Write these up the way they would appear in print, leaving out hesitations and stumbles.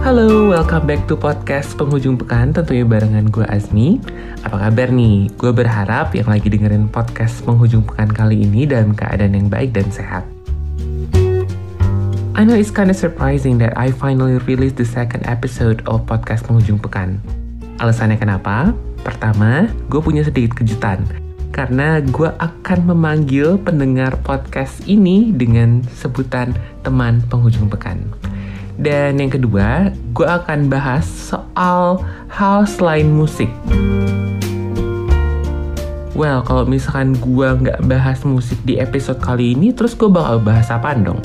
Halo, welcome back to podcast Penghujung Pekan, tentunya barengan gue Azmi. Apa kabar nih? Gue berharap yang lagi dengerin podcast Penghujung Pekan kali ini dalam keadaan yang baik dan sehat. I know it's kind of surprising that I finally released the second episode of podcast Penghujung Pekan. Alasannya kenapa? Pertama, gue punya sedikit kejutan. Karena gue akan memanggil pendengar podcast ini dengan sebutan teman penghujung pekan. Dan yang kedua, gue akan bahas soal hal selain musik. Well, kalau misalkan gue nggak bahas musik di episode kali ini, terus gue bakal bahas apaan dong?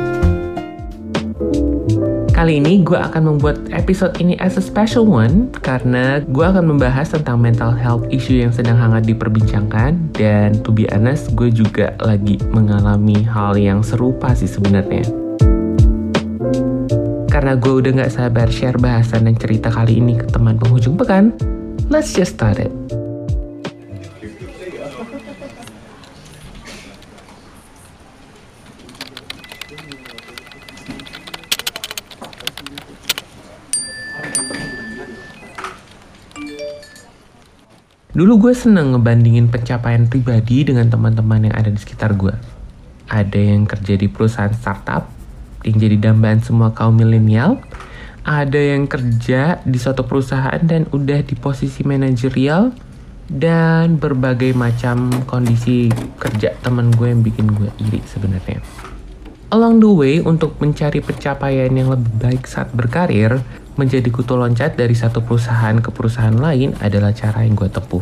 Kali ini gue akan membuat episode ini as a special one karena gue akan membahas tentang mental health issue yang sedang hangat diperbincangkan, dan to be honest, gue juga lagi mengalami hal yang serupa sih sebenarnya. Karena gue udah gak sabar share bahasan dan cerita kali ini ke teman penghujung pekan, let's just start it. Dulu gue seneng ngebandingin pencapaian pribadi dengan teman-teman yang ada di sekitar gue. Ada yang kerja di perusahaan startup, yang jadi dambaan semua kaum milenial. Ada yang kerja di suatu perusahaan dan udah di posisi manajerial. Dan berbagai macam kondisi kerja teman gue yang bikin gue iri sebenarnya. Along the way, untuk mencari pencapaian yang lebih baik saat berkarir, menjadi kutu loncat dari satu perusahaan ke perusahaan lain adalah cara yang gue tempuh.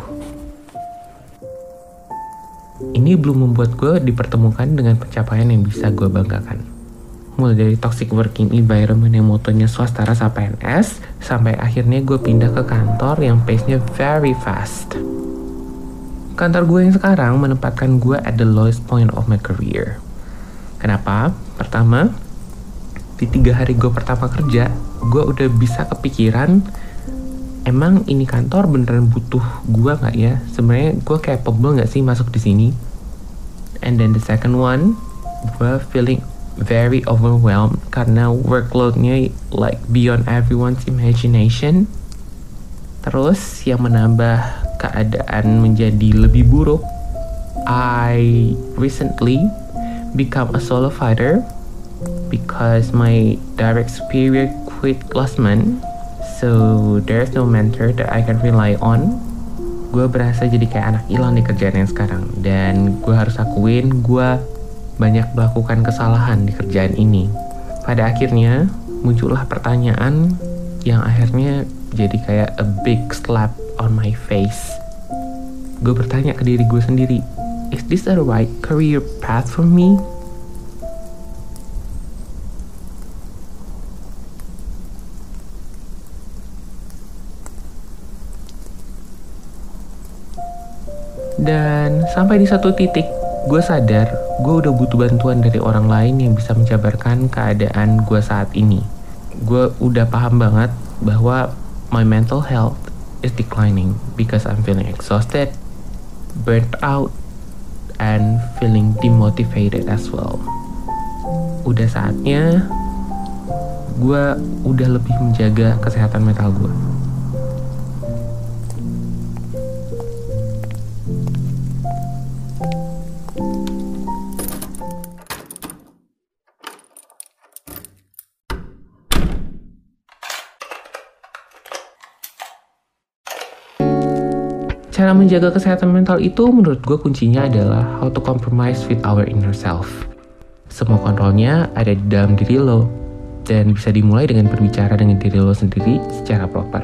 Ini belum membuat gue dipertemukan dengan pencapaian yang bisa gue banggakan. Mulai dari toxic working environment yang motonya swasta rasa PNS, sampai akhirnya gue pindah ke kantor yang pace-nya very fast. Kantor gue yang sekarang menempatkan gue at the lowest point of my career. Kenapa? Pertama, di 3 hari gue pertama kerja, gue udah bisa kepikiran, emang ini kantor beneran butuh gue nggak ya? Sebenarnya gue capable nggak sih masuk di sini? And then the second one, gue feeling very overwhelmed karena workloadnya like beyond everyone's imagination. Terus yang menambah keadaan menjadi lebih buruk, I recently become a solo fighter because my direct superior quit last month, so there's no mentor that I can rely on. Gue berasa jadi kayak anak hilang di kerjaan yang sekarang, dan gue harus akuin gue banyak melakukan kesalahan di kerjaan ini. Pada akhirnya muncullah pertanyaan yang akhirnya jadi kayak a big slap on my face. Gue bertanya ke diri gue sendiri, is this the right career path for me? Dan sampai di satu titik, gue sadar gue udah butuh bantuan dari orang lain yang bisa menjabarkan keadaan gue saat ini. Gue udah paham banget bahwa my mental health is declining because I'm feeling exhausted, burnt out, and feeling demotivated as well. Udah saatnya gue udah lebih menjaga kesehatan mental gue. Cara menjaga kesehatan mental itu menurut gue kuncinya adalah how to compromise with our inner self. Semua kontrolnya ada di dalam diri lo, dan bisa dimulai dengan berbicara dengan diri lo sendiri secara proper.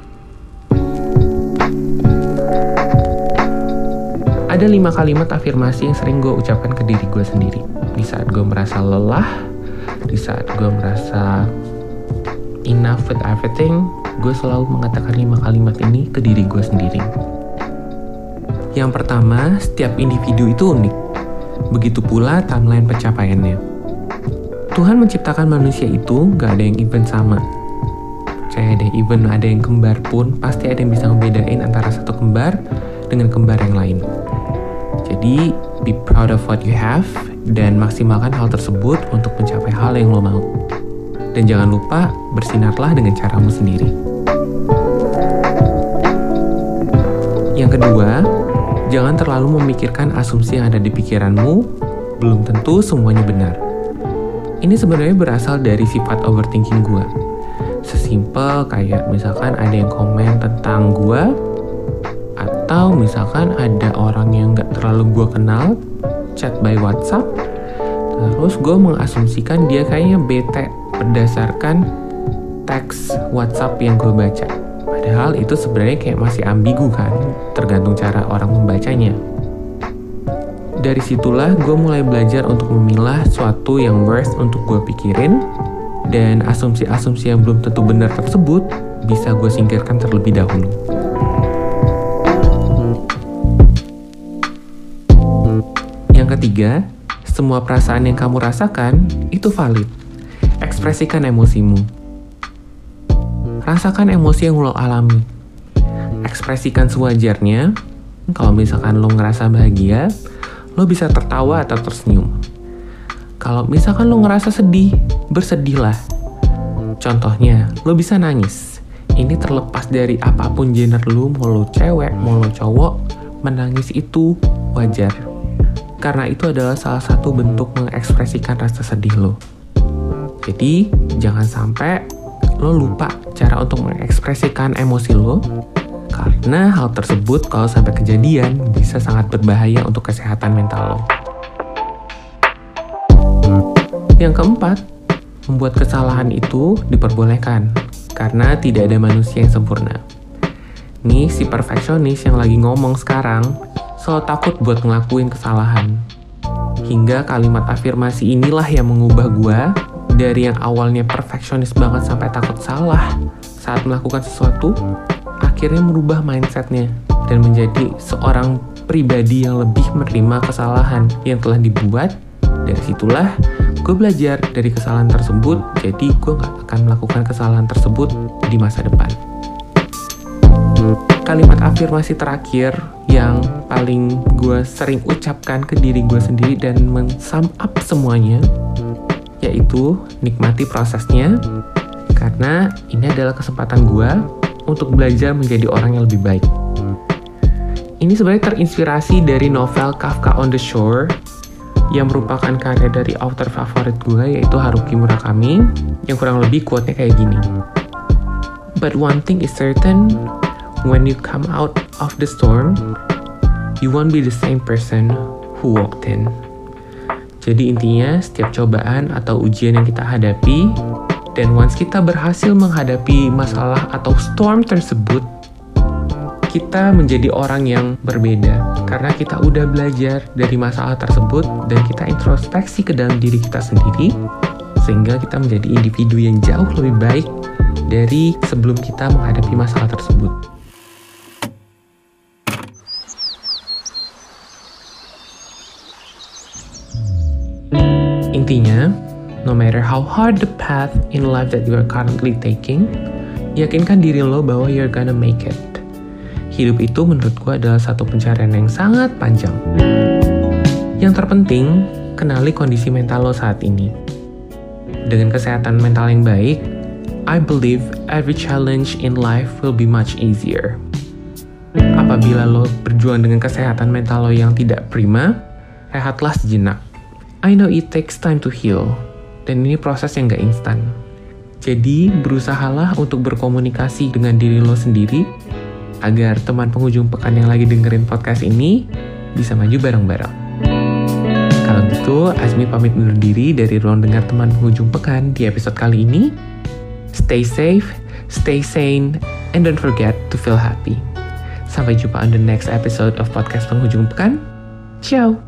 Ada 5 kalimat afirmasi yang sering gue ucapkan ke diri gue sendiri. Di saat gue merasa lelah, di saat gue merasa enough with everything, gue selalu mengatakan 5 kalimat ini ke diri gue sendiri. Yang pertama, setiap individu itu unik. Begitu pula timeline pencapaiannya. Tuhan menciptakan manusia itu gak ada yang even sama. Percaya deh, even ada yang kembar pun, pasti ada yang bisa ngebedain antara satu kembar dengan kembar yang lain. Jadi, be proud of what you have, dan maksimalkan hal tersebut untuk mencapai hal yang lo mau. Dan jangan lupa bersinarlah dengan caramu sendiri. Yang kedua, jangan terlalu memikirkan asumsi yang ada di pikiranmu, belum tentu semuanya benar. Ini sebenarnya berasal dari sifat overthinking gue. Sesimpel kayak misalkan ada yang komen tentang gue, atau misalkan ada orang yang gak terlalu gue kenal, chat by WhatsApp, terus gue mengasumsikan dia kayaknya bete berdasarkan teks WhatsApp yang gue baca. Padahal itu sebenarnya kayak masih ambigu kan, tergantung cara orang membacanya. Dari situlah gue mulai belajar untuk memilah suatu yang worth untuk gue pikirin, dan asumsi-asumsi yang belum tentu benar tersebut bisa gue singkirkan terlebih dahulu. Yang ketiga, semua perasaan yang kamu rasakan itu valid. Ekspresikan emosimu. Rasakan emosi yang lo alami. Ekspresikan sewajarnya. Kalau misalkan lo ngerasa bahagia, lo bisa tertawa atau tersenyum. Kalau misalkan lo ngerasa sedih, bersedihlah. Contohnya, lo bisa nangis. Ini terlepas dari apapun gender lo, mau lo cewek, mau lo cowok, menangis itu wajar. Karena itu adalah salah satu bentuk mengekspresikan rasa sedih lo. Jadi, jangan sampai lo lupa cara untuk mengekspresikan emosi lo, karena hal tersebut kalau sampai kejadian bisa sangat berbahaya untuk kesehatan mental lo. Yang keempat, membuat kesalahan itu diperbolehkan, karena tidak ada manusia yang sempurna. Nih si perfeksionis yang lagi ngomong sekarang, selalu takut buat ngelakuin kesalahan. Hingga kalimat afirmasi inilah yang mengubah gue dari yang awalnya perfeksionis banget sampai takut salah saat melakukan sesuatu, akhirnya merubah mindsetnya dan menjadi seorang pribadi yang lebih menerima kesalahan yang telah dibuat. Dari situlah gue belajar dari kesalahan tersebut, jadi gue gak akan melakukan kesalahan tersebut di masa depan. Kalimat afirmasi terakhir yang paling gue sering ucapkan ke diri gue sendiri dan men-sum up semuanya, yaitu nikmati prosesnya, karena ini adalah kesempatan gue untuk belajar menjadi orang yang lebih baik. Ini sebenarnya terinspirasi dari novel Kafka on the Shore yang merupakan karya dari author favorit gue, yaitu Haruki Murakami, yang kurang lebih quote-nya kayak gini. But one thing is certain, when you come out of the storm, you won't be the same person who walked in. Jadi intinya, setiap cobaan atau ujian yang kita hadapi, dan once kita berhasil menghadapi masalah atau storm tersebut, kita menjadi orang yang berbeda. Karena kita udah belajar dari masalah tersebut, dan kita introspeksi ke dalam diri kita sendiri, sehingga kita menjadi individu yang jauh lebih baik dari sebelum kita menghadapi masalah tersebut. Intinya, no matter how hard the path in life that you are currently taking, yakinkan diri lo bahwa you're gonna make it. Hidup itu menurut gue adalah satu pencarian yang sangat panjang. Yang terpenting, kenali kondisi mental lo saat ini. Dengan kesehatan mental yang baik, I believe every challenge in life will be much easier. Apabila lo berjuang dengan kesehatan mental lo yang tidak prima, rehatlah sejenak. I know it takes time to heal, dan ini proses yang gak instan. Jadi, berusahalah untuk berkomunikasi dengan diri lo sendiri, agar teman penghujung pekan yang lagi dengerin podcast ini bisa maju bareng-bareng. Kalau gitu, Azmi pamit undur diri dari ruang dengar teman penghujung pekan di episode kali ini. Stay safe, stay sane, and don't forget to feel happy. Sampai jumpa on the next episode of podcast penghujung pekan. Ciao!